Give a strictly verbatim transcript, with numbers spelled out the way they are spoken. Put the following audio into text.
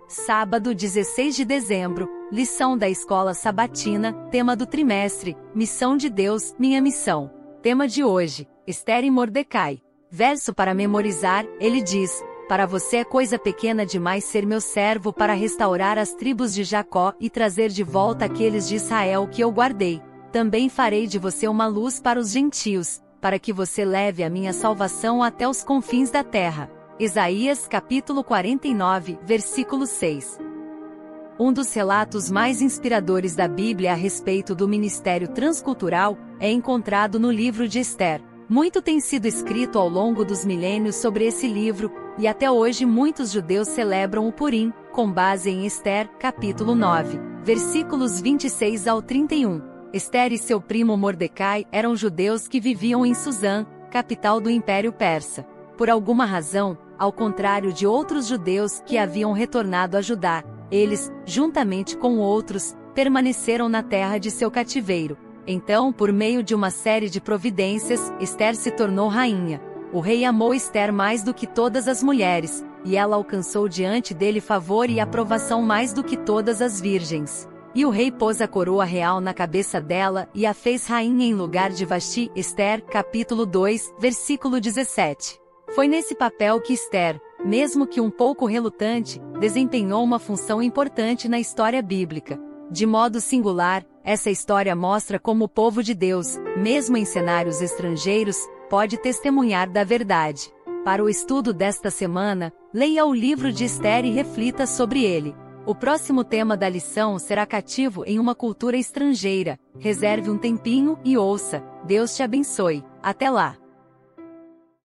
Sábado, dezesseis de dezembro, lição da escola sabatina, tema do trimestre, missão de Deus, minha missão. Tema de hoje, Esther e Mordecai. Verso para memorizar, ele diz: para você é coisa pequena demais ser meu servo para restaurar as tribos de Jacó e trazer de volta aqueles de Israel que eu guardei. Também farei de você uma luz para os gentios, para que você leve a minha salvação até os confins da terra. Isaías capítulo quarenta e nove, versículo seis. Um dos relatos mais inspiradores da Bíblia a respeito do ministério transcultural é encontrado no livro de Esther. Muito tem sido escrito ao longo dos milênios sobre esse livro, e até hoje muitos judeus celebram o Purim, com base em Esther, capítulo nove, versículos vinte e seis ao trinta e um. Esther e seu primo Mordecai eram judeus que viviam em Suzã, capital do Império Persa. Por alguma razão, ao contrário de outros judeus que haviam retornado a Judá, eles, juntamente com outros, permaneceram na terra de seu cativeiro. Então, por meio de uma série de providências, Esther se tornou rainha. O rei amou Esther mais do que todas as mulheres, e ela alcançou diante dele favor e aprovação mais do que todas as virgens. E o rei pôs a coroa real na cabeça dela e a fez rainha em lugar de Vasti. Esther, capítulo dois, versículo dezessete. Foi nesse papel que Esther, mesmo que um pouco relutante, desempenhou uma função importante na história bíblica. De modo singular, essa história mostra como o povo de Deus, mesmo em cenários estrangeiros, pode testemunhar da verdade. Para o estudo desta semana, leia o livro de Esther e reflita sobre ele. O próximo tema da lição será cativo em uma cultura estrangeira. Reserve um tempinho e ouça. Deus te abençoe. Até lá!